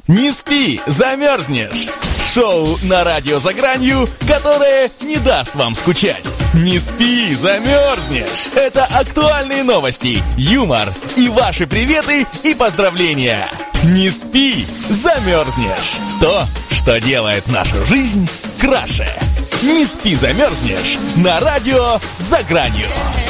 Не спи, замерзнешь. Шоу на радио «За гранью», которое не даст вам скучать. Не спи, замерзнешь. Это актуальные новости, юмор и ваши приветы и поздравления. Не спи, замерзнешь. То, что делает нашу жизнь краше. Не спи, замерзнешь на радио «За гранью».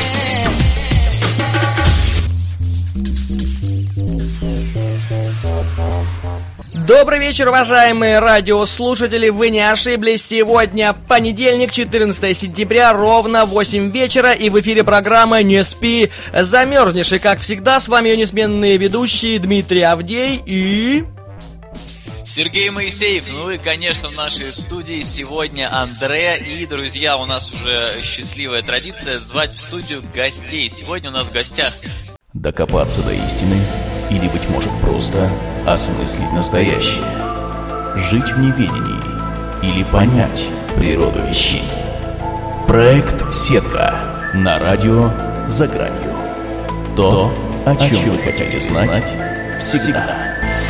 Добрый вечер, уважаемые радиослушатели, вы не ошиблись, сегодня понедельник, 14 сентября, ровно 8 вечера, и в эфире программа «Не спи, замерзнешь», и как всегда, с вами ее несменные ведущие Дмитрий Авдей и... Сергей Моисеев, ну и, конечно, в нашей студии сегодня Андре, и, друзья, у нас уже счастливая традиция звать в студию гостей. Сегодня у нас в гостях... Докопаться до истины или, быть может, просто осмыслить настоящее. Жить в неведении или понять природу вещей. Проект «Сетка» на радио «За гранью». То, о чем вы хотите знать всегда.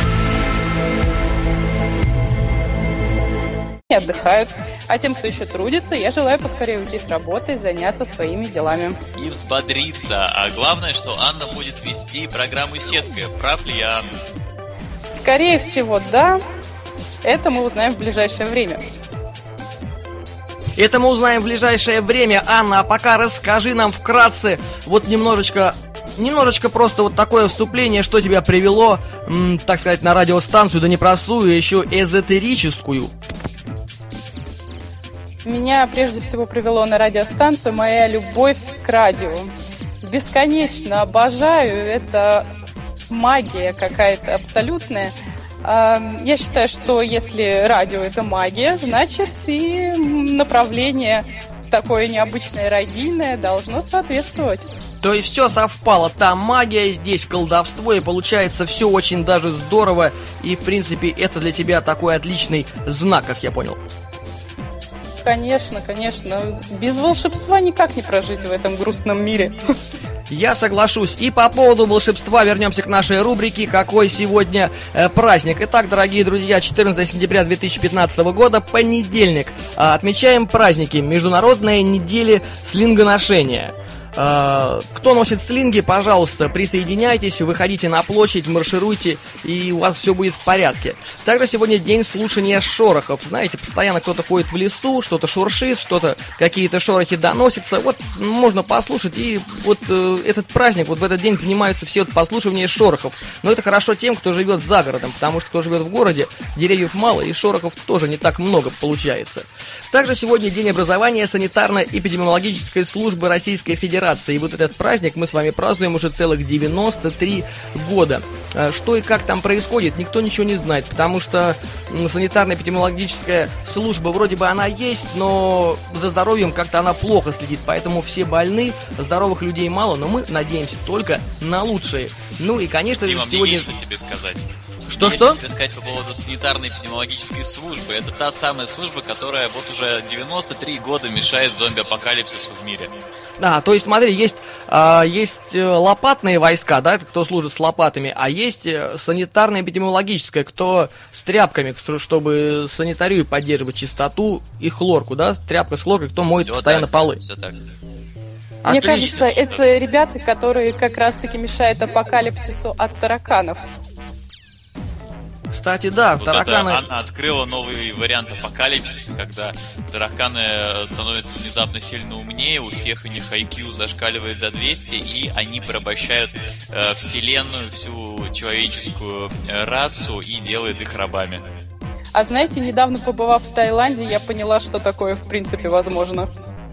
Отдыхают. А тем, кто еще трудится, я желаю поскорее уйти с работы и заняться своими делами. И взбодриться. А главное, что Анна будет вести программу «Сетка». Прав ли я, Анна? Скорее всего, да. Это мы узнаем в ближайшее время. Это мы узнаем в ближайшее время, Анна, а пока расскажи нам вкратце, вот немножечко просто вот такое вступление, что тебя привело, так сказать, на радиостанцию, да не простую, а еще эзотерическую. Меня прежде всего привело на радиостанцию моя любовь к радио. Бесконечно обожаю, это магия какая-то абсолютная. Я считаю, что если радио это магия, значит и направление такое необычное радийное должно соответствовать. То есть все совпало, там магия, здесь колдовство, и получается все очень даже здорово, и в принципе это для тебя такой отличный знак, как я понял. Конечно, конечно. Без волшебства никак не прожить в этом грустном мире. Я соглашусь. И по поводу волшебства вернемся к нашей рубрике «Какой сегодня праздник?». Итак, дорогие друзья, 14 сентября 2015 года, понедельник. Отмечаем праздники. Международная неделя слингоношения. Кто носит слинги, пожалуйста, присоединяйтесь, выходите на площадь, маршируйте, и у вас все будет в порядке. Также сегодня день слушания шорохов. Знаете, постоянно кто-то ходит в лесу, что-то шуршит, что-то, какие-то шорохи доносятся. Вот можно послушать, и вот этот праздник, вот в этот день занимаются все вот послушиванием шорохов. Но это хорошо тем, кто живет за городом, потому что кто живет в городе, деревьев мало, и шорохов тоже не так много получается. Также сегодня день образования санитарно-эпидемиологической службы Российской Федерации. И вот этот праздник мы с вами празднуем уже целых 93 года. Что и как там происходит, никто ничего не знает, потому что санитарно-эпидемиологическая служба вроде бы она есть, но за здоровьем как-то она плохо следит, поэтому все больны, здоровых людей мало, но мы надеемся только на лучшее. Ну и, конечно же, сегодня... Что тебе сказать? Что? Тебе сказать по поводу санитарно-эпидемиологической службы. Это та самая служба, которая вот уже 93 года мешает зомби-апокалипсису в мире. То есть, смотри, есть лопатные войска, да, кто служит с лопатами, а есть санитарно-эпидемиологическая, кто с тряпками, чтобы санитарию поддерживать, чистоту и хлорку, да, тряпка с хлоркой, кто моет все постоянно так, полы. Все так. Мне кажется, это ребята, которые как раз-таки мешают апокалипсису от тараканов. Кстати, да, вот тараканы... Анна открыла новый вариант апокалипсиса, когда тараканы становятся внезапно сильно умнее, у всех у них IQ зашкаливает за 200, и они порабощают вселенную, всю человеческую расу и делают их рабами. А знаете, недавно побывав в Таиланде, я поняла, что такое в принципе возможно.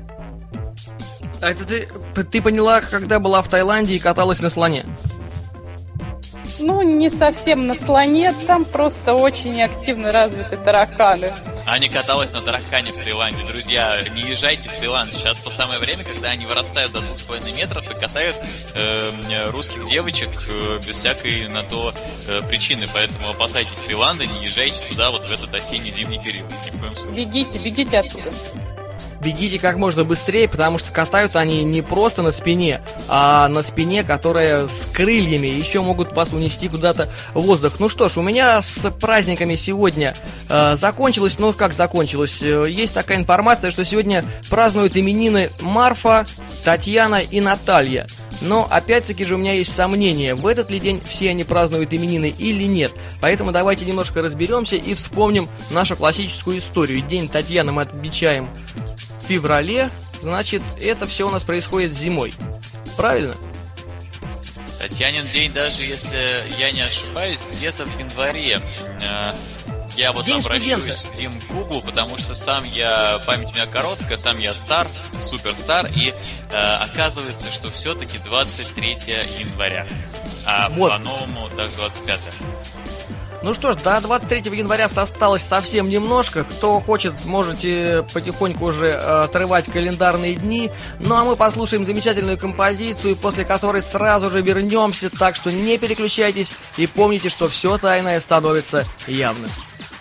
А это ты поняла, когда была в Таиланде и каталась на слоне? Ну, не совсем на слоне, там просто очень активно развиты тараканы. Аня каталась на таракане в Таиланде. Друзья, не езжайте в Таиланд. Сейчас то самое время, когда они вырастают до 2,5 метров и катают русских девочек без всякой на то причины. Поэтому опасайтесь Таиланда, не езжайте сюда вот в этот осенне-зимний период. Ни в коем случае. Бегите оттуда. бегите как можно быстрее, потому что катают они не просто на спине, а на спине, которая с крыльями, еще могут вас унести куда-то в воздух. Ну что ж, у меня с праздниками сегодня закончилось, ну как закончилось, есть такая информация, что сегодня празднуют именины Марфа, Татьяна и Наталья. Но опять-таки же у меня есть сомнения, в этот ли день все они празднуют именины или нет. Поэтому давайте немножко разберемся и вспомним нашу классическую историю. День Татьяны мы отмечаем в феврале, значит, это все у нас происходит зимой. Правильно? Татьянин день, даже если я не ошибаюсь, где-то в январе. Я вот День обращусь к Дим Гуглу, потому что память у меня короткая, сам я стар, суперстар, и оказывается, что все-таки 23 января, а вот. по-новому даже 25. Ну что ж, до 23 января осталось совсем немножко. Кто хочет, можете потихоньку уже отрывать календарные дни. Ну а мы послушаем замечательную композицию, после которой сразу же вернемся. Так что не переключайтесь и помните, что все тайное становится явным.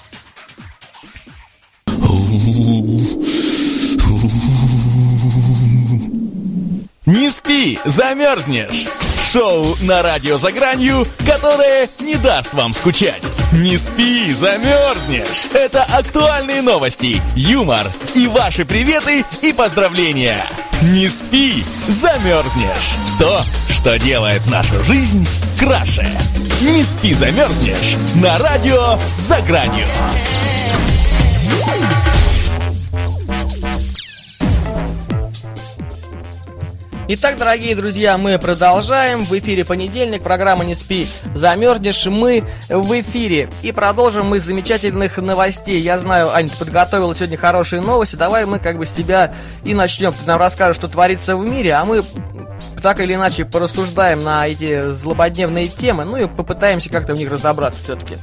Не спи, замерзнешь. Шоу на радио «За гранью», которое не даст вам скучать. Не спи, замерзнешь. Это актуальные новости, юмор и ваши приветы и поздравления. Не спи, замерзнешь. То, что делает нашу жизнь краше. Не спи, замерзнешь. На радио «За гранью». Итак, дорогие друзья, мы продолжаем. В эфире понедельник, программа «Не спи, замерзнешь». Мы в эфире. И продолжим мы с замечательных новостей. Я знаю, Аня, ты подготовила сегодня хорошие новости. Давай мы как бы с тебя и начнем. Ты нам расскажешь, что творится в мире, а мы так или иначе порассуждаем на эти злободневные темы, ну и попытаемся как-то в них разобраться все-таки.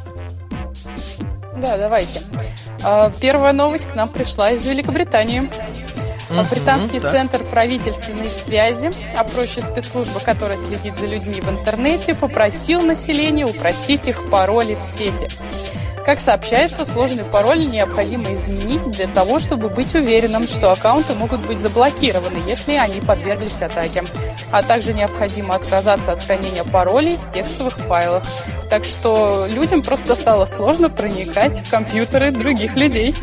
Да, давайте. Первая новость к нам пришла из Великобритании. Британский центр правительственной связи, а проще спецслужба, которая следит за людьми в интернете, попросил население упростить их пароли в сети. Как сообщается, сложный пароль необходимо изменить для того, чтобы быть уверенным, что аккаунты могут быть заблокированы, если они подверглись атаке. А также необходимо отказаться от хранения паролей в текстовых файлах. Так что людям просто стало сложно проникать в компьютеры других людей.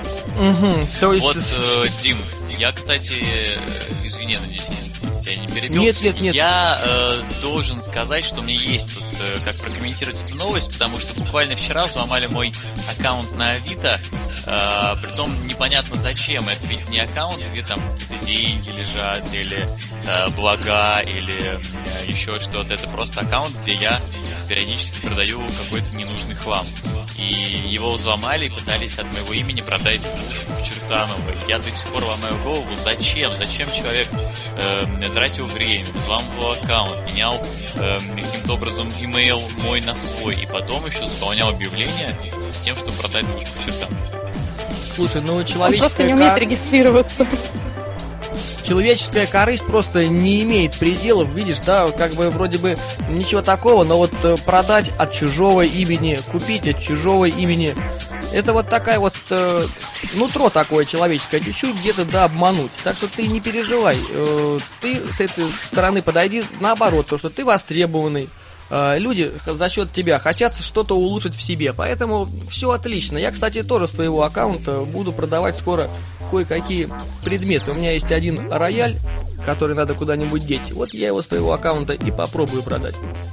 То есть... Вот, Дим, я, кстати, извини, надеюсь, я не перебил. Нет. Я должен сказать, что у меня есть вот как прокомментировать эту новость, потому что буквально вчера взломали мой аккаунт на Авито, притом непонятно зачем. Это ведь не аккаунт, где там какие-то деньги лежат, или блага, или еще что-то. Это просто аккаунт, где я периодически продаю какой-то ненужный хлам. И его взломали и пытались от моего имени продать в Чертаново. Я до сих пор ломаю голову, зачем? Зачем человек тратил время, взламывал аккаунт, менял каким-то образом имейл мой на свой, и потом еще заполнял объявление с тем, чтобы продать двушку в Чертаново. Слушай, ну Он человеческая... просто не умеет регистрироваться. Человеческая корысть просто не имеет пределов, видишь, да, как бы вроде бы ничего такого, но вот продать от чужого имени, купить от чужого имени, это вот такая вот нутро такое человеческое, чуть-чуть где-то, да, обмануть. Так что ты не переживай, ты с этой стороны подойди наоборот, то, что ты востребованный. Люди за счет тебя хотят что-то улучшить в себе, поэтому все отлично. Я, кстати, тоже с твоего аккаунта буду продавать скоро кое-какие предметы. У меня есть один рояль, который надо куда-нибудь деть. Вот я его с твоего аккаунта и попробую продать.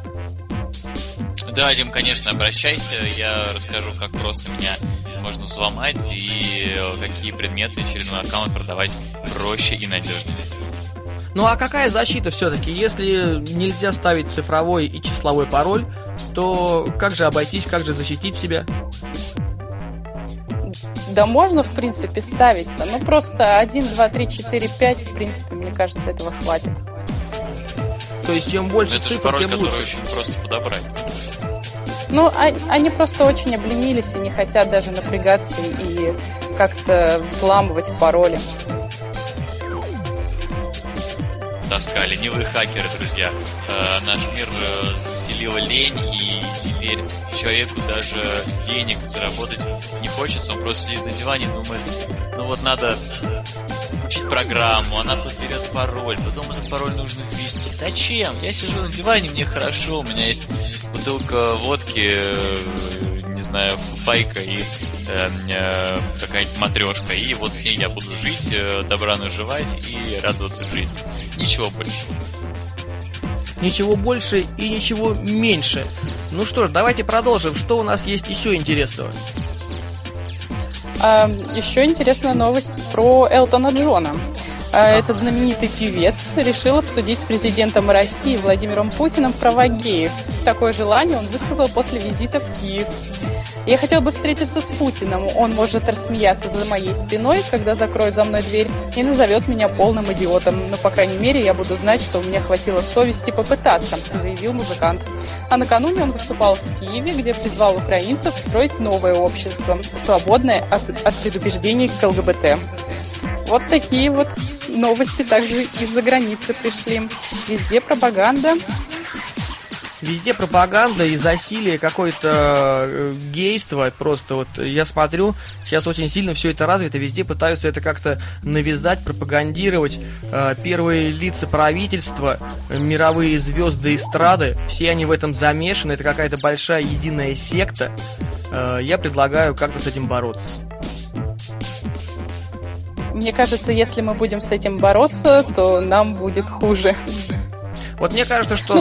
Да, Дим, конечно, обращайся. Я расскажу, как просто меня можно взломать и какие предметы через мой аккаунт продавать проще и надежнее. Ну а какая защита все-таки? Если нельзя ставить цифровой и числовой пароль, то как же обойтись, как же защитить себя? Да можно, в принципе, ставить-то. Ну просто 1, 2, 3, 4, 5, в принципе, мне кажется, этого хватит. То есть чем больше это цифр, пароль, тем лучше. очень просто подобрать. Ну, они просто очень обленились и не хотят даже напрягаться и как-то взламывать пароли. Тоска, ленивые хакеры, друзья. Наш мир заселила лень, и теперь человеку даже денег заработать не хочется. Он просто сидит на диване и думает, ну вот надо установить программу, она подберет пароль, потом этот пароль нужно ввести. Зачем? Я сижу на диване, мне хорошо, у меня есть бутылка водки, не знаю, файка и какая-нибудь матрешка, и вот с ней я буду жить, добра наживать и радоваться жизни. Ничего больше. Ничего больше и ничего меньше. Ну что ж, давайте продолжим. Что у нас есть еще интересного? Еще интересная новость про Элтона Джона. Этот знаменитый певец решил обсудить с президентом России Владимиром Путиным права геев. Такое желание он высказал после визита в Киев. Я хотел бы встретиться с Путиным. Он может рассмеяться за моей спиной, когда закроет за мной дверь, и назовет меня полным идиотом. Но, по крайней мере, я буду знать, что у меня хватило совести попытаться, заявил музыкант. А накануне он выступал в Киеве, где призвал украинцев строить новое общество, свободное от предубеждений к ЛГБТ. Вот такие вот новости также из-за границы пришли. Везде пропаганда. Везде пропаганда и засилие какое-то гейство. Просто вот я смотрю, сейчас очень сильно все это развито. Везде пытаются это как-то навязать, пропагандировать. Первые лица правительства, мировые звезды эстрады, все они в этом замешаны. Это какая-то большая единая секта. Я предлагаю как-то с этим бороться. Мне кажется, если мы будем с этим бороться, то нам будет хуже. Вот мне кажется, что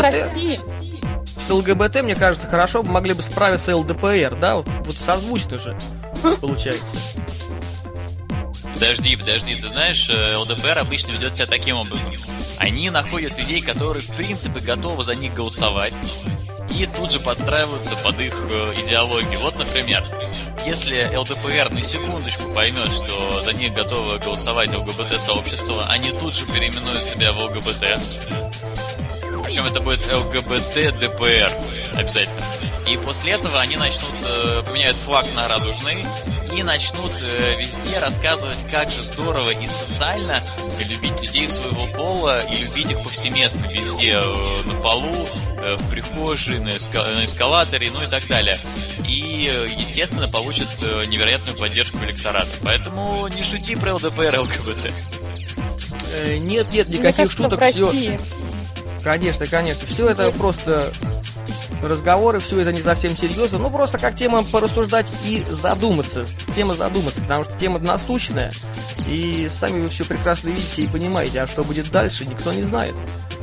с ЛГБТ, мне кажется, хорошо могли бы справиться ЛДПР, да? Вот созвучно же получается. Подожди, ты знаешь, ЛДПР обычно ведет себя таким образом. Они находят людей, которые в принципе готовы за них голосовать, и тут же подстраиваются под их идеологию. Вот, например, если ЛДПР на секундочку поймет, что за них готовы голосовать ЛГБТ-сообщество, они тут же переименуют себя в ЛГБТ. Причем это будет ЛГБТ-ДПР обязательно. И после этого они начнут поменяют флаг на радужный и начнут везде рассказывать, как же здорово и социально любить людей своего пола и любить их повсеместно, везде, на полу, в прихожей, на эскалаторе, ну и так далее. И, естественно, получат невероятную поддержку электората. Поэтому не шути про ЛДПР и ЛГБТ. Нет, никаких шуток, все. Конечно. Все это просто разговоры, все это не совсем серьезно. Ну, просто как тема порассуждать и задуматься. Потому что тема насущная. И сами вы все прекрасно видите и понимаете. А что будет дальше, никто не знает.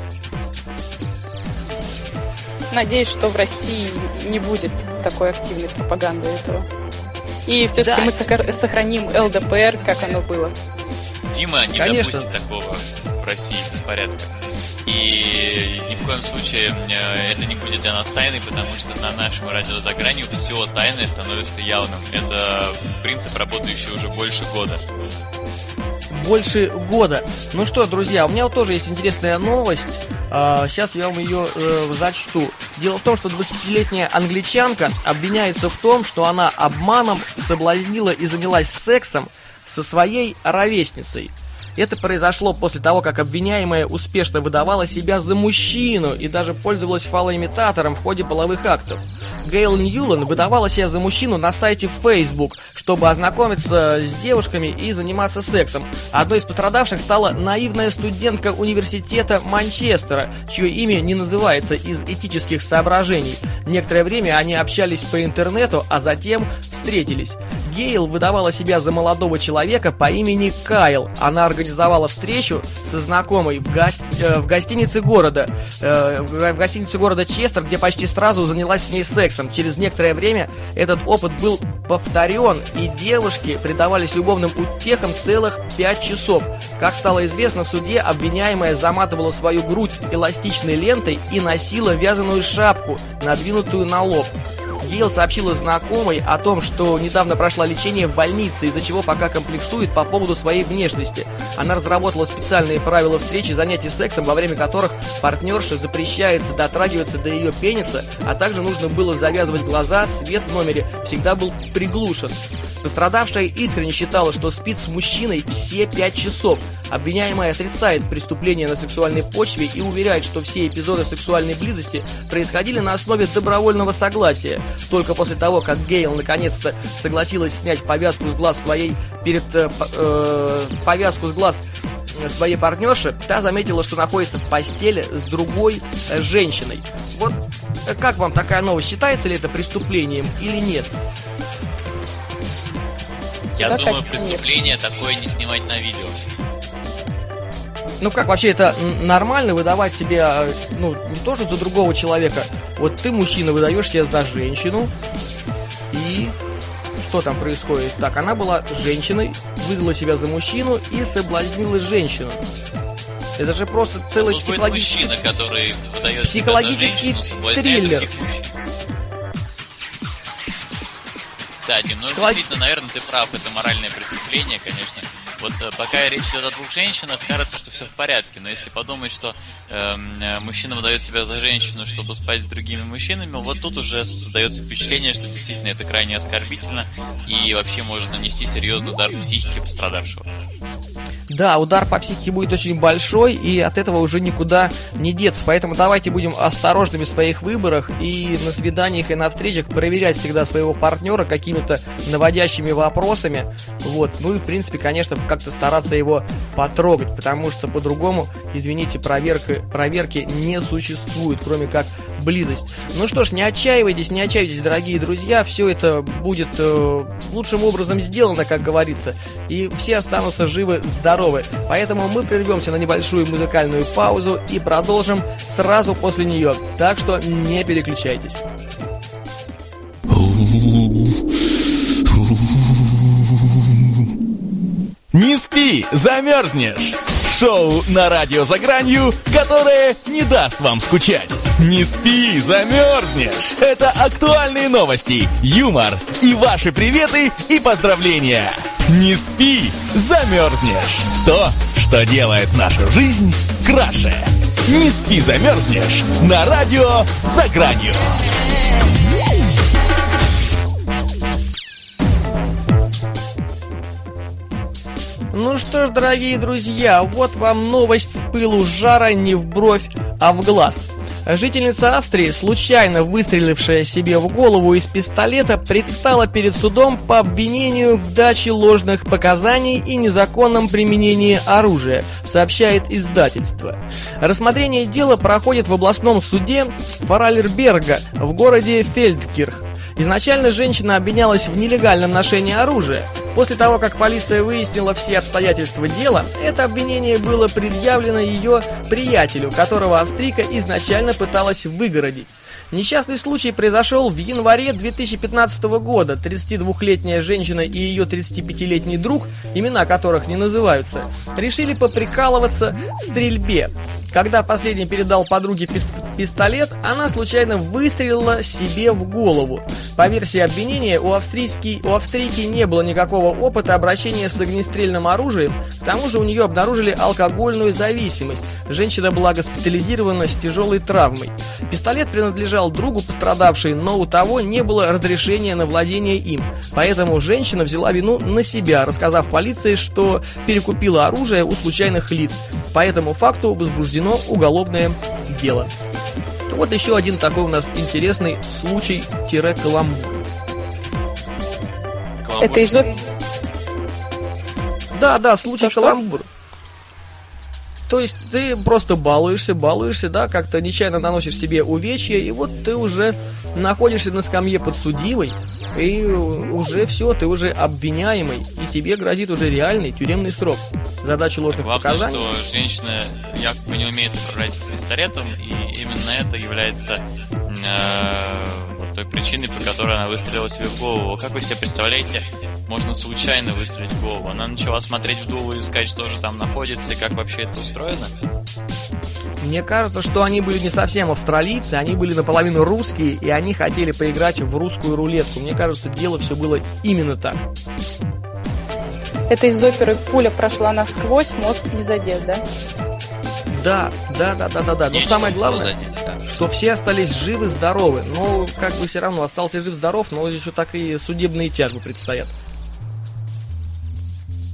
Надеюсь, что в России не будет такой активной пропаганды этого. И все-таки мы сохраним ЛДПР, как оно было. Дима не допустит такого в России беспорядка. И ни в коем случае это не будет для нас тайной, потому что на нашем радио «За гранью» все тайное становится явным. Это принцип, работающий уже больше года. Больше года. Ну что, друзья, у меня вот тоже есть интересная новость. Сейчас я вам ее зачту. Дело в том, что 20-летняя англичанка обвиняется в том, что она обманом соблазнила и занялась сексом со своей ровесницей. Это произошло после того, как обвиняемая успешно выдавала себя за мужчину и даже пользовалась фалоимитатором в ходе половых актов. Гейл Ньюлан выдавала себя за мужчину на сайте Facebook, чтобы ознакомиться с девушками и заниматься сексом. Одной из пострадавших стала наивная студентка университета Манчестера, чье имя не называется из этических соображений. Некоторое время они общались по интернету, а затем встретились. Гейл выдавала себя за молодого человека по имени Кайл. Она организовала встречу со знакомой в гостинице города Честер, где почти сразу занялась с ней сексом. Через некоторое время этот опыт был повторен, и девушки предавались любовным утехам целых 5 часов. Как стало известно, в суде обвиняемая заматывала свою грудь эластичной лентой и носила вязаную шапку, надвинутую на лоб. Гейл сообщила знакомой о том, что недавно прошла лечение в больнице, из-за чего пока комплексует по поводу своей внешности. Она разработала специальные правила встречи и занятий сексом, во время которых партнерше запрещается дотрагиваться до ее пениса, а также нужно было завязывать глаза, свет в номере всегда был приглушен. Пострадавшая искренне считала, что спит с мужчиной все 5 часов. Обвиняемая отрицает преступление на сексуальной почве и уверяет, что все эпизоды сексуальной близости происходили на основе добровольного согласия. Только после того, как Гейл наконец-то согласилась снять повязку с глаз своей своей партнерши, та заметила, что находится в постели с другой женщиной. Вот как вам такая новость? Считается ли это преступлением или нет? Я думаю, преступление такое не снимать на видео. Ну как вообще это нормально выдавать себя, ну не то что за другого человека. Вот ты, мужчина, выдаешь себя за женщину, и что там происходит? Так, она была женщиной, выдала себя за мужчину и соблазнила женщину. Это же просто целый психологический... мужчина, который выдает психологический себя за женщину, триллер. Да, Дим, ну действительно, наверное, ты прав, это моральное преступление, конечно. Вот пока речь идет о двух женщинах, кажется, что все в порядке. Но если подумать, что мужчина выдает себя за женщину, чтобы спать с другими мужчинами, вот тут уже создается впечатление, что действительно это крайне оскорбительно и вообще может нанести серьезный удар психике пострадавшего. Да, удар по психике будет очень большой, и от этого уже никуда не деться. Поэтому давайте будем осторожными в своих выборах и на свиданиях и на встречах проверять всегда своего партнера какими-то наводящими вопросами. Вот. Ну и в принципе, конечно, как-то стараться его потрогать, потому что по-другому, извините, проверки не существует, кроме как близость. Ну что ж, не отчаивайтесь, дорогие друзья, все это будет лучшим образом сделано, как говорится, и все останутся живы, здоровы. Поэтому мы прервемся на небольшую музыкальную паузу и продолжим сразу после нее. Так что не переключайтесь. Не спи, замерзнешь! Шоу на радио «За гранью», которое не даст вам скучать. Не спи, замерзнешь! Это актуальные новости, юмор и ваши приветы и поздравления. Не спи, замерзнешь! То, что делает нашу жизнь краше. Не спи, замерзнешь! На радио «За гранью». Ну что ж, дорогие друзья, вот вам новость с пылу с жара не в бровь, а в глаз. Жительница Австрии, случайно выстрелившая себе в голову из пистолета, предстала перед судом по обвинению в даче ложных показаний и незаконном применении оружия, сообщает издательство. Рассмотрение дела проходит в областном суде Фаральберга в городе Фельдкирх. Изначально женщина обвинялась в нелегальном ношении оружия. После того, как полиция выяснила все обстоятельства дела, это обвинение было предъявлено ее приятелю, которого австрийка изначально пыталась выгородить. Несчастный случай произошел в январе 2015 года. 32-летняя женщина и ее 35-летний друг, имена которых не называются, решили поприкалываться в стрельбе. Когда последний передал подруге пистолет, она случайно выстрелила себе в голову. По версии обвинения, у австрийки не было никакого опыта обращения с огнестрельным оружием, к тому же у нее обнаружили алкогольную зависимость. Женщина была госпитализирована с тяжелой травмой. Пистолет принадлежал другу пострадавшей, но у того не было разрешения на владение им. Поэтому женщина взяла вину на себя, рассказав полиции, что перекупила оружие у случайных лиц. По этому факту возбуждено уголовное дело. Вот еще один такой у нас интересный случай-каламбур. Это из... Да, случай-каламбур. То есть ты просто балуешься, да, как-то нечаянно наносишь себе увечья, и вот ты уже находишься на скамье подсудимой, и уже все, ты уже обвиняемый, и тебе грозит уже реальный тюремный срок за дачу ложных показаний. Главное, что женщина якобы не умеет управлять пистолетом, и именно это является той причиной, по которой она выстрелила себе в голову. Как вы себе представляете, можно случайно выстрелить в голову? Она начала смотреть в дуло и искать, что же там находится, и как вообще это устроено? Мне кажется, что они были не совсем австралийцы, они были наполовину русские, и они хотели поиграть в русскую рулетку. Мне кажется, дело все было именно так. Это из оперы «Пуля прошла насквозь, мозг не задет», да? Да. Но самое главное, что все остались живы-здоровы. Но как бы все равно остался жив-здоров, но еще так и судебные тяжбы предстоят.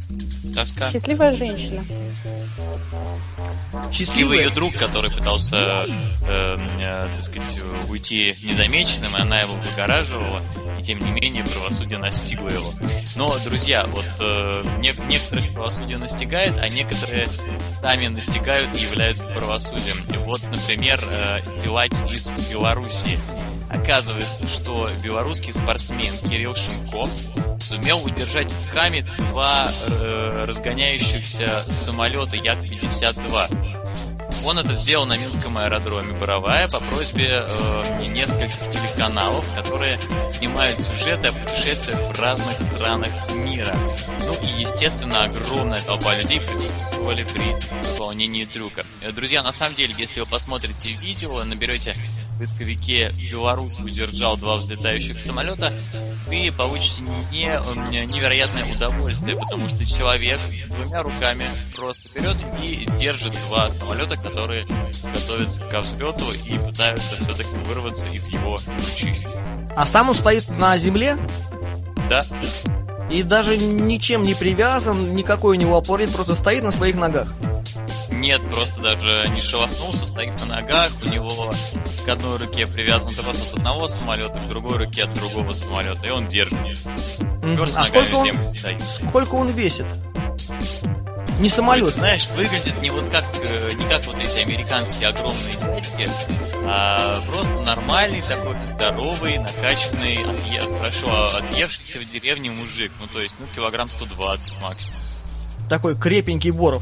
Тоска. Счастливая женщина. Счастливый ее друг, который пытался, так сказать, уйти незамеченным, и она его выгораживала, и тем не менее правосудие настигло его. Но, друзья, вот некоторых правосудие настигает, а некоторые сами настигают и являются правосудием. И вот, например, силач из Белоруссии. Оказывается, что белорусский спортсмен Кирилл Шимков сумел удержать в храме 2 разгоняющихся самолета Як-52. Он это сделал на Минском аэродроме Боровая по просьбе нескольких телеканалов, которые снимают сюжеты о путешествиях в разных странах мира. Ну и, естественно, огромная толпа людей присутствовали при выполнении трюка. Друзья, на самом деле, если вы посмотрите видео, наберете в поисковике «Беларусь удержал 2 взлетающих самолета», вы получите невероятное удовольствие, потому что человек 2 руками просто берет и держит 2 самолета, которые готовятся к взлету и пытаются все-таки вырваться из его ручищ. А сам он стоит на земле? Да. И даже ничем не привязан, никакой у него опор нет, просто стоит на своих ногах. Нет, просто даже не шелохнулся, стоит на ногах, у него к одной руке привязан трос от одного самолета, к другой руке от другого самолета, и он держит. А сколько он весит? Не самолет. Ты знаешь, выглядит не как вот эти американские огромные дядьки, а просто нормальный такой, здоровый, накачанный, хорошо отъевшийся в деревне мужик. Ну, то есть, килограмм 120 максимум. Такой крепенький Боров.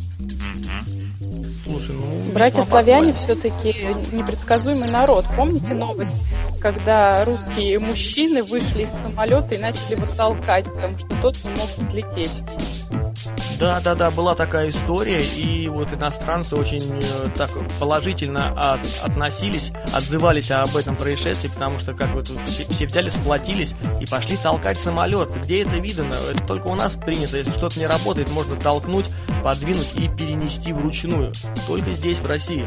Слушай, братья-славяне все-таки непредсказуемый народ. Помните новость, когда русские мужчины вышли из самолета и начали его толкать, потому что тот не мог взлететь? Да, была такая история, и вот иностранцы очень так положительно относились, отзывались об этом происшествии, потому что как вот все взяли, сплотились и пошли толкать самолет. Где это видно? Это только у нас принято. Если что-то не работает, можно толкнуть, подвинуть и перенести вручную. Только здесь, в России.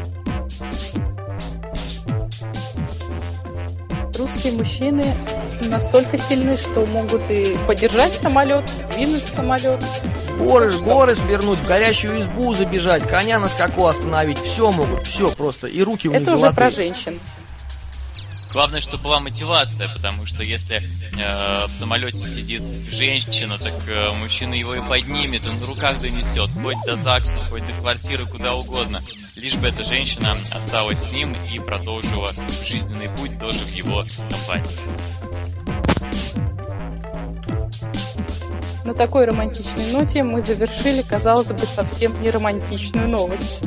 Русские мужчины настолько сильны, что могут и подержать самолет, двинуть самолет. Горы свернуть, в горящую избу забежать, коня на скаку остановить. Все могут, все просто. И руки у них золотые. Это уже про женщин. Главное, чтобы была мотивация, потому что если в самолете сидит женщина, так мужчина его и поднимет, он на руках донесет, хоть до ЗАГСа, хоть до квартиры, куда угодно. Лишь бы эта женщина осталась с ним и продолжила жизненный путь тоже в его компании. На такой романтичной ноте мы завершили, казалось бы, совсем не романтичную новость.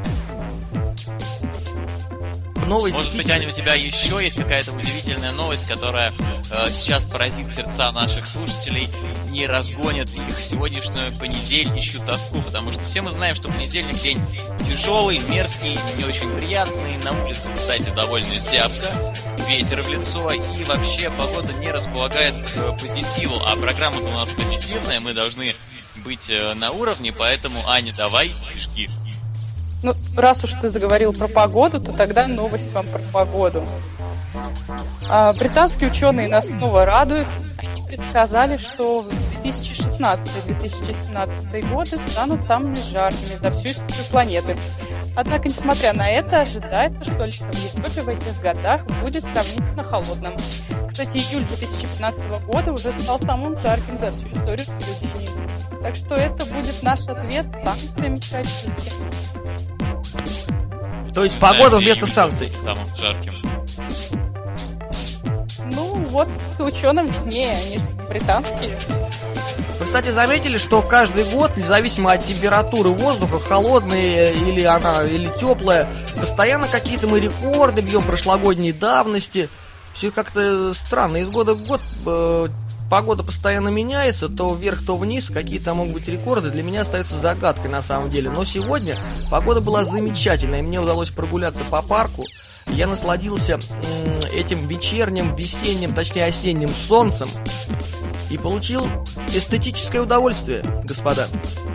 Может быть, Аня, у тебя еще есть какая-то удивительная новость, которая сейчас поразит сердца наших слушателей, не разгонит их сегодняшнюю понедельничью тоску, потому что все мы знаем, что понедельник день тяжелый, мерзкий, не очень приятный, на улице, кстати, довольно зябко, ветер в лицо, и вообще погода не располагает к позитиву, а программа-то у нас позитивная, мы должны быть на уровне, поэтому, Аня, давай, жги. Ну, раз уж ты заговорил про погоду, то тогда новость вам про погоду. Британские ученые нас снова радуют. Они предсказали, что 2016-2017 годы станут самыми жаркими за всю историю планеты. Однако, несмотря на это, ожидается, что лето в Европе в этих годах будет сравнительно холодным. Кстати, июль 2015 года уже стал самым жарким за всю историю наблюдений. Так что это будет наш ответ санкциями человеческим. То есть погода вместо санкций. Самым жарким. Ну, вот ученым виднее, они британские. Вы, кстати, заметили, что каждый год, независимо от температуры воздуха, холодная или теплая, постоянно какие-то мы рекорды бьем прошлогодней давности. Все как-то странно. Из года в год погода постоянно меняется, то вверх, то вниз, какие-то могут быть рекорды, для меня остается загадкой на самом деле. Но сегодня погода была замечательная, мне удалось прогуляться по парку, я насладился этим вечерним, весенним, точнее осенним солнцем и получил эстетическое удовольствие, господа.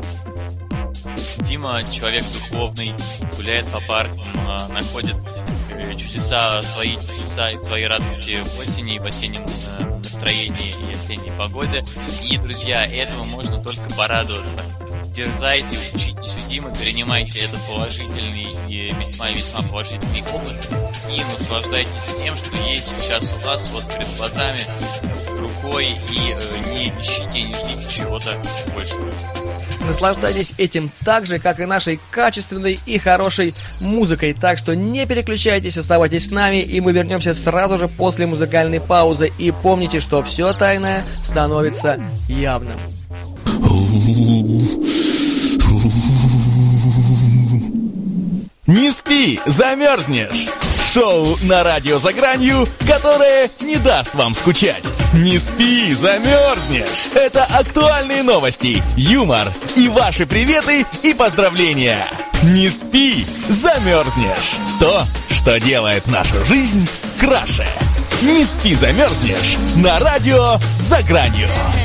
Дима, человек духовный, гуляет по паркам, находит чудеса и свои радости в осени и в осеннем настроении и осенней погоде. И, друзья, этому можно только порадоваться. Дерзайте, учитесь у Димы, перенимайте этот положительный и весьма-весьма положительный опыт и наслаждайтесь тем, что есть сейчас у вас вот перед глазами, рукой, и не ищите, не ждите чего-то большего. Наслаждайтесь этим так же, как и нашей качественной и хорошей музыкой. Так что не переключайтесь, оставайтесь с нами, и мы вернемся сразу же после музыкальной паузы. И помните, что все тайное становится явным. Не спи, замерзнешь! Шоу на радио «За гранью», которое не даст вам скучать. Не спи, замерзнешь! Это актуальные новости, юмор и ваши приветы и поздравления. Не спи, замерзнешь! То, что делает нашу жизнь краше. Не спи, замерзнешь! На радио «За гранью».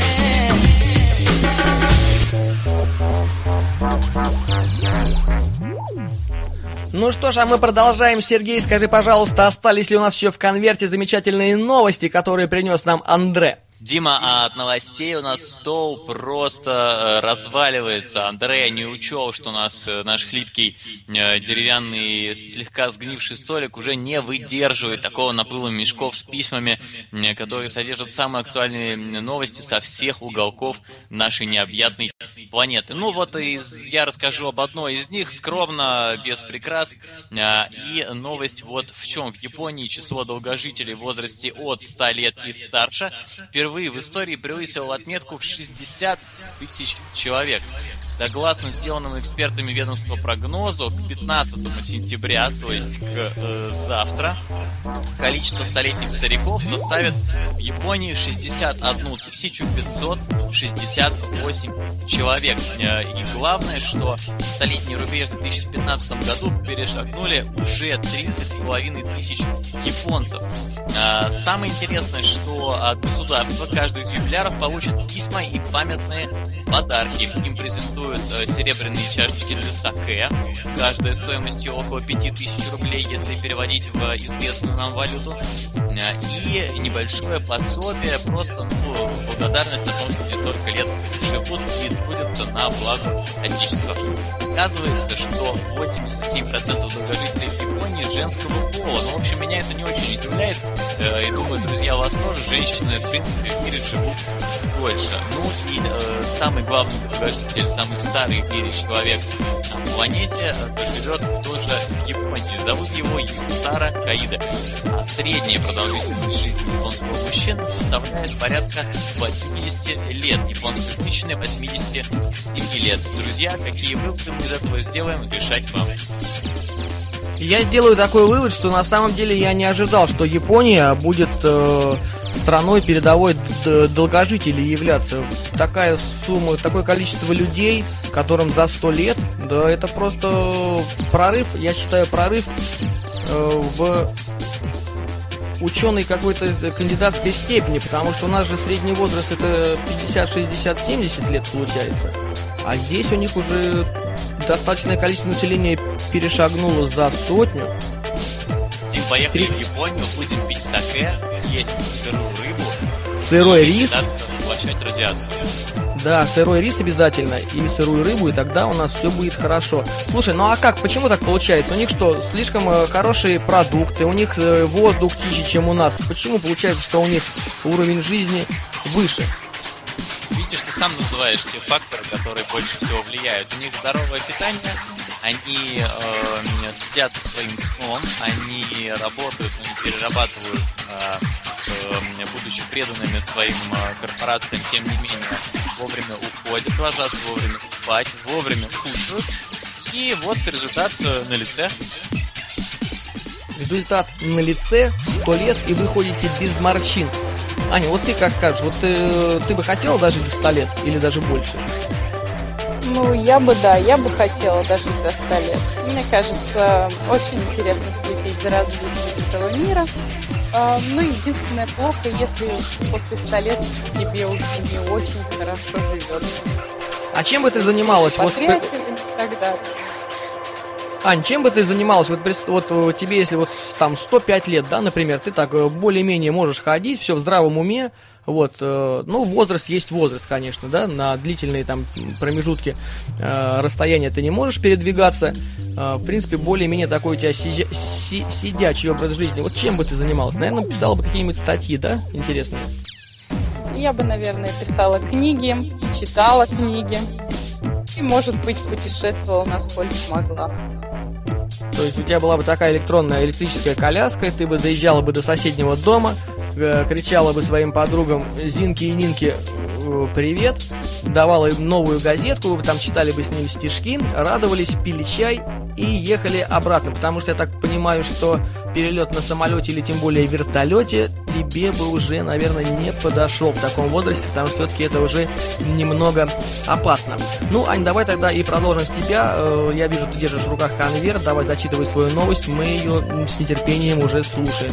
Ну что ж, а мы продолжаем. Сергей, скажи, пожалуйста, остались ли у нас еще в конверте замечательные новости, которые принес нам Андре? Дима, а от новостей у нас стол просто разваливается. Андрей не учел, что у нас наш хлипкий деревянный, слегка сгнивший столик уже не выдерживает такого наплыва мешков с письмами, которые содержат самые актуальные новости со всех уголков нашей необъятной планеты. Ну вот я расскажу об одной из них, скромно, без прикрас. И новость вот в чем. В Японии число долгожителей в возрасте от 100 лет и старше впервые в истории превысил отметку в 60 тысяч человек. Согласно сделанному экспертами ведомства прогнозу, к 15 сентября, то есть к завтра, количество столетних стариков составит в Японии 61 568 человек. И главное, что столетний рубеж в 2015 году перешагнули уже 30,5 тысяч японцев. Самое интересное, что от государства каждый из юбиляров получит письма и памятные подарки. Им презентуют серебряные чашечки для саке, каждая стоимостью около 5000 рублей, если переводить в известную нам валюту, и небольшое пособие, просто благодарность о том, что не столько лет живут и трудятся на благо Отечества. Оказывается, что 87% долгожителей в Японии женского пола. Ну, в общем, меня это не очень удивляет. И думаю, друзья, у вас тоже женщины, в принципе, в мире живут дольше. Ну и самый главный долгожитель, самый старый в мире человек на планете живет тоже в Японии. Зовут его Иситара Каида. А средняя продолжительность жизни японского мужчины составляет порядка 80 лет. Японской женщины 87 лет. Друзья, какие выводы мы из этого сделаем, решать вам. Я сделаю такой вывод, что на самом деле я не ожидал, что Япония будет страной передовой долгожителей являться. Такая сумма, такое количество людей, которым за 100 лет, да, это просто прорыв, я считаю, прорыв в ученой какой-то кандидатской степени, потому что у нас же средний возраст это 50, 60, 70 лет получается, а здесь у них уже достаточное количество населения перешагнуло за 100. Тим, поехали в Японию, будем пить саке, есть сырую рыбу, сырой рис, поглощать радиацию. Да, сырой рис обязательно и сырую рыбу, и тогда у нас все будет хорошо. Слушай, ну а как, почему так получается? У них что, слишком хорошие продукты, у них воздух чище, чем у нас. Почему получается, что у них уровень жизни выше? Видишь, ты сам называешь те факторы, которые больше всего влияют. У них здоровое питание, они следят за своим сном, они работают, они перерабатывают, будучи преданными своим корпорациям, тем не менее, вовремя уходят, ложатся вовремя спать, вовремя кушают. И вот результат на лице. Результат на лице, 100 лет, и вы ходите без морщин. Аня, вот ты как скажешь, вот ты бы хотела дожить до 100 лет или даже больше? Ну, я бы хотела дожить до 100 лет. Мне кажется, очень интересно следить за развитием этого мира. Ну, единственное плохо, если после 100 лет тебе уже не очень хорошо живется. А чем бы ты занималась? Потряхиваем и так далее. Ань, чем бы ты занималась? Вот тебе, если вот там 105 лет, да, например, ты так более-менее можешь ходить, все в здравом уме, Вот, ну, возраст есть возраст, конечно, да, на длительные там промежутки расстояния ты не можешь передвигаться. В принципе, более-менее такой у тебя сидячий образ жизни. Вот чем бы ты занималась? Наверное, писала бы какие-нибудь статьи, да, интересные? Я бы, наверное, писала книги, читала книги и, может быть, путешествовала насколько могла. То есть у тебя была бы такая электронная электрическая коляска, ты бы доезжала бы до соседнего дома, кричала бы своим подругам Зинке и Нинке привет, давала им новую газетку, вы бы там читали бы с ними стишки, радовались, пили чай и ехали обратно. Потому что я так понимаю, что перелет на самолете или тем более вертолете тебе бы уже, наверное, не подошел в таком возрасте, потому что все-таки это уже немного опасно. Ну, Ань, давай тогда и продолжим с тебя. Я вижу, ты держишь в руках конверт, давай зачитывай свою новость, мы ее с нетерпением уже слушаем.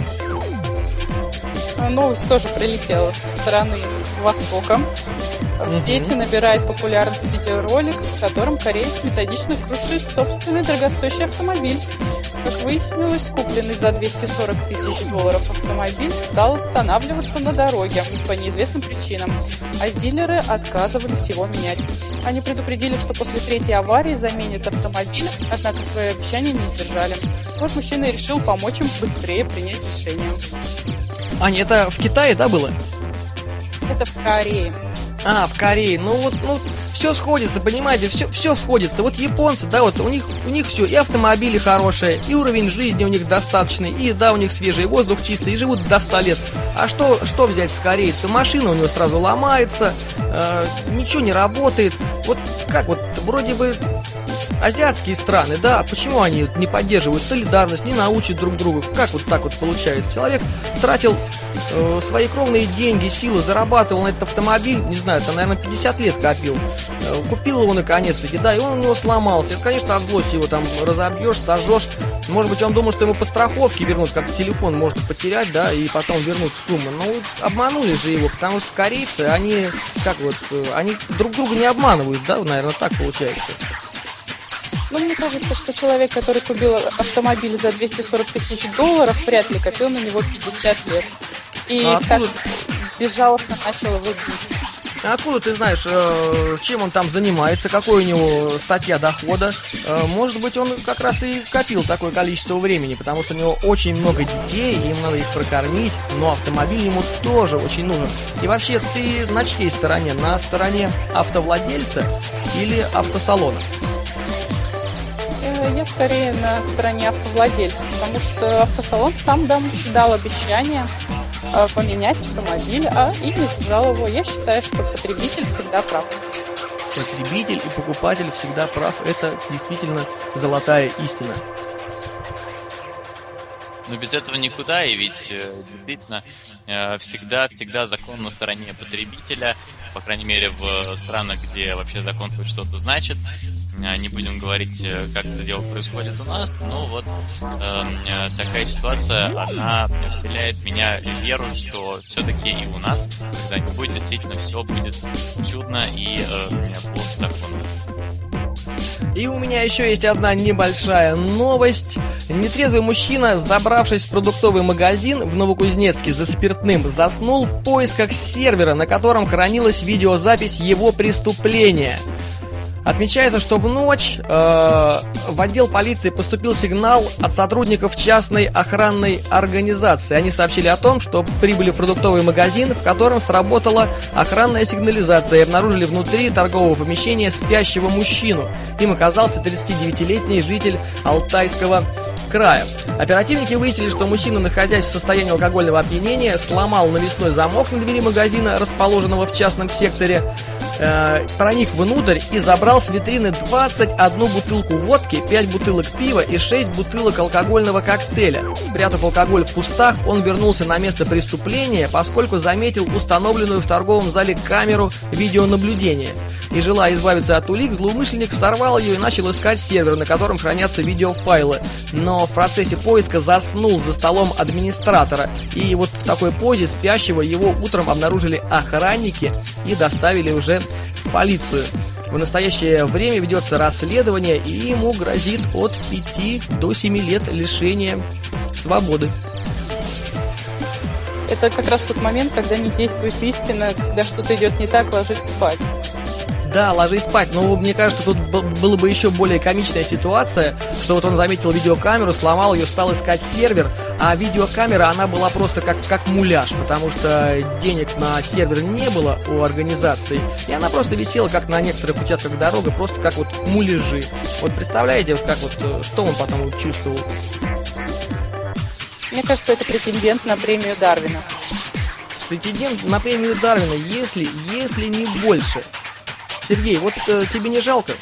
Новость тоже прилетела со стороны Востока. В сети набирает популярность видеоролик, в котором кореец методично крушит собственный дорогостоящий автомобиль. Как выяснилось, купленный за $240 тысяч автомобиль стал останавливаться на дороге по неизвестным причинам, а дилеры отказывались его менять. Они предупредили, что после третьей аварии заменят автомобиль, однако свои обещания не сдержали. Вот мужчина решил помочь им быстрее принять решение. Аня, это в Китае, да, было? Это в Корее. А, в Корее. Ну вот, все сходится, понимаете, все сходится. Вот японцы, да, вот у них все, и автомобили хорошие, и уровень жизни у них достаточный, и да, у них свежий воздух чистый, и живут до 100 лет. А что взять с корейца? Машина у него сразу ломается, ничего не работает. Вот как вот, вроде бы азиатские страны, да, почему они не поддерживают солидарность, не научат друг друга? Как вот так вот получается? Человек тратил свои кровные деньги, силы, зарабатывал на этот автомобиль, не знаю, там, наверное, 50 лет копил. Купил его наконец-таки, да, и он у него сломался. Это, конечно, от злости его там разобьешь, сожжешь. Может быть, он думал, что ему по страховке вернут, как телефон может потерять, да, и потом вернуть сумму. Но обманули же его, потому что корейцы, они, как вот, они друг друга не обманывают, да, наверное, так получается. Ну, мне кажется, что человек, который купил автомобиль за $240 тысяч, вряд ли копил на него 50 лет. И так безжалостно начал его бить. А откуда ты знаешь, чем он там занимается, какой у него статья дохода? Может быть, он как раз и копил такое количество времени, потому что у него очень много детей, им надо их прокормить, но автомобиль ему тоже очень нужен. И вообще, ты на чьей стороне? На стороне автовладельца или автосалона? Я скорее на стороне автовладельца, потому что автосалон сам дал обещание поменять автомобиль, и не сдержал его. Я считаю, что потребитель всегда прав. Потребитель и покупатель всегда прав. Это действительно золотая истина. Но без этого никуда, и ведь действительно всегда закон на стороне потребителя, по крайней мере в странах, где вообще закон хоть что-то значит. Не будем говорить, как это дело происходит у нас, но вот такая ситуация, она вселяет в меня веру, что все-таки и у нас когда-нибудь действительно все будет чудно и плохо законно. И у меня еще есть одна небольшая новость. Нетрезвый мужчина, забравшись в продуктовый магазин в Новокузнецке за спиртным, заснул в поисках сервера, на котором хранилась видеозапись его преступления. Отмечается, что в ночь в отдел полиции поступил сигнал от сотрудников частной охранной организации. Они сообщили о том, что прибыли в продуктовый магазин, в котором сработала охранная сигнализация, и обнаружили внутри торгового помещения спящего мужчину. Им оказался 39-летний житель Алтайского края. Оперативники выяснили, что мужчина, находясь в состоянии алкогольного опьянения, сломал навесной замок на двери магазина, расположенного в частном секторе, проник внутрь и забрал с витрины 21 бутылку водки, 5 бутылок пива и 6 бутылок алкогольного коктейля. Спрятав алкоголь в кустах, он вернулся на место преступления, поскольку заметил установленную в торговом зале камеру видеонаблюдения. И, желая избавиться от улик, злоумышленник сорвал ее и начал искать сервер, на котором хранятся видеофайлы. Но в процессе поиска заснул за столом администратора. И вот в такой позе спящего его утром обнаружили охранники и доставили уже в полицию. В настоящее время ведется расследование, и ему грозит от 5 до 7 лет лишения свободы. это как раз тот момент, когда не действует истина, когда что-то идет не так, ложись спать. Да, ложись спать. Но мне кажется, тут была бы еще более комичная ситуация, что вот он заметил видеокамеру, сломал ее, стал искать сервер, а видеокамера, она была просто как муляж, потому что денег на сервер не было у организации, и она просто висела, как на некоторых участках дороги, просто как вот муляжи. Вот представляете, вот как вот, что он потом чувствовал? Мне кажется, это претендент на премию Дарвина. Претендент на премию Дарвина, если не больше. Сергей, вот тебе не жалко?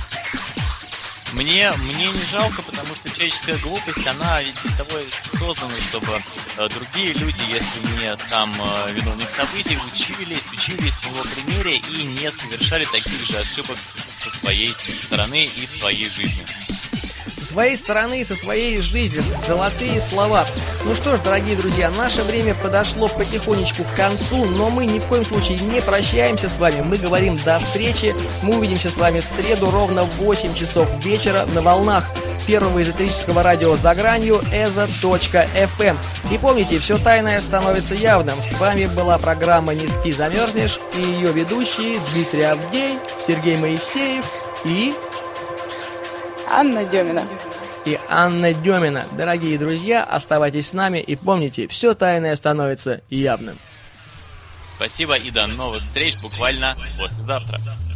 Мне не жалко, потому что человеческая глупость, она ведь для того и создана, чтобы другие люди, если не сам виновник событий, учились на его примере и не совершали таких же ошибок со своей стороны и в своей жизни. С своей стороны, со своей жизнью. Золотые слова. Ну что ж, дорогие друзья, наше время подошло потихонечку к концу, но мы ни в коем случае не прощаемся с вами. Мы говорим до встречи. Мы увидимся с вами в среду ровно в 8 часов вечера на волнах первого эзотерического радио «За гранью» ezo.fm. И помните, все тайное становится явным. С вами была программа «Не спи, замерзнешь» и ее ведущие Дмитрий Авдей, Сергей Моисеев и... Анна Демина. И Анна Демина. Дорогие друзья, оставайтесь с нами и помните, все тайное становится явным. Спасибо и до новых встреч буквально послезавтра.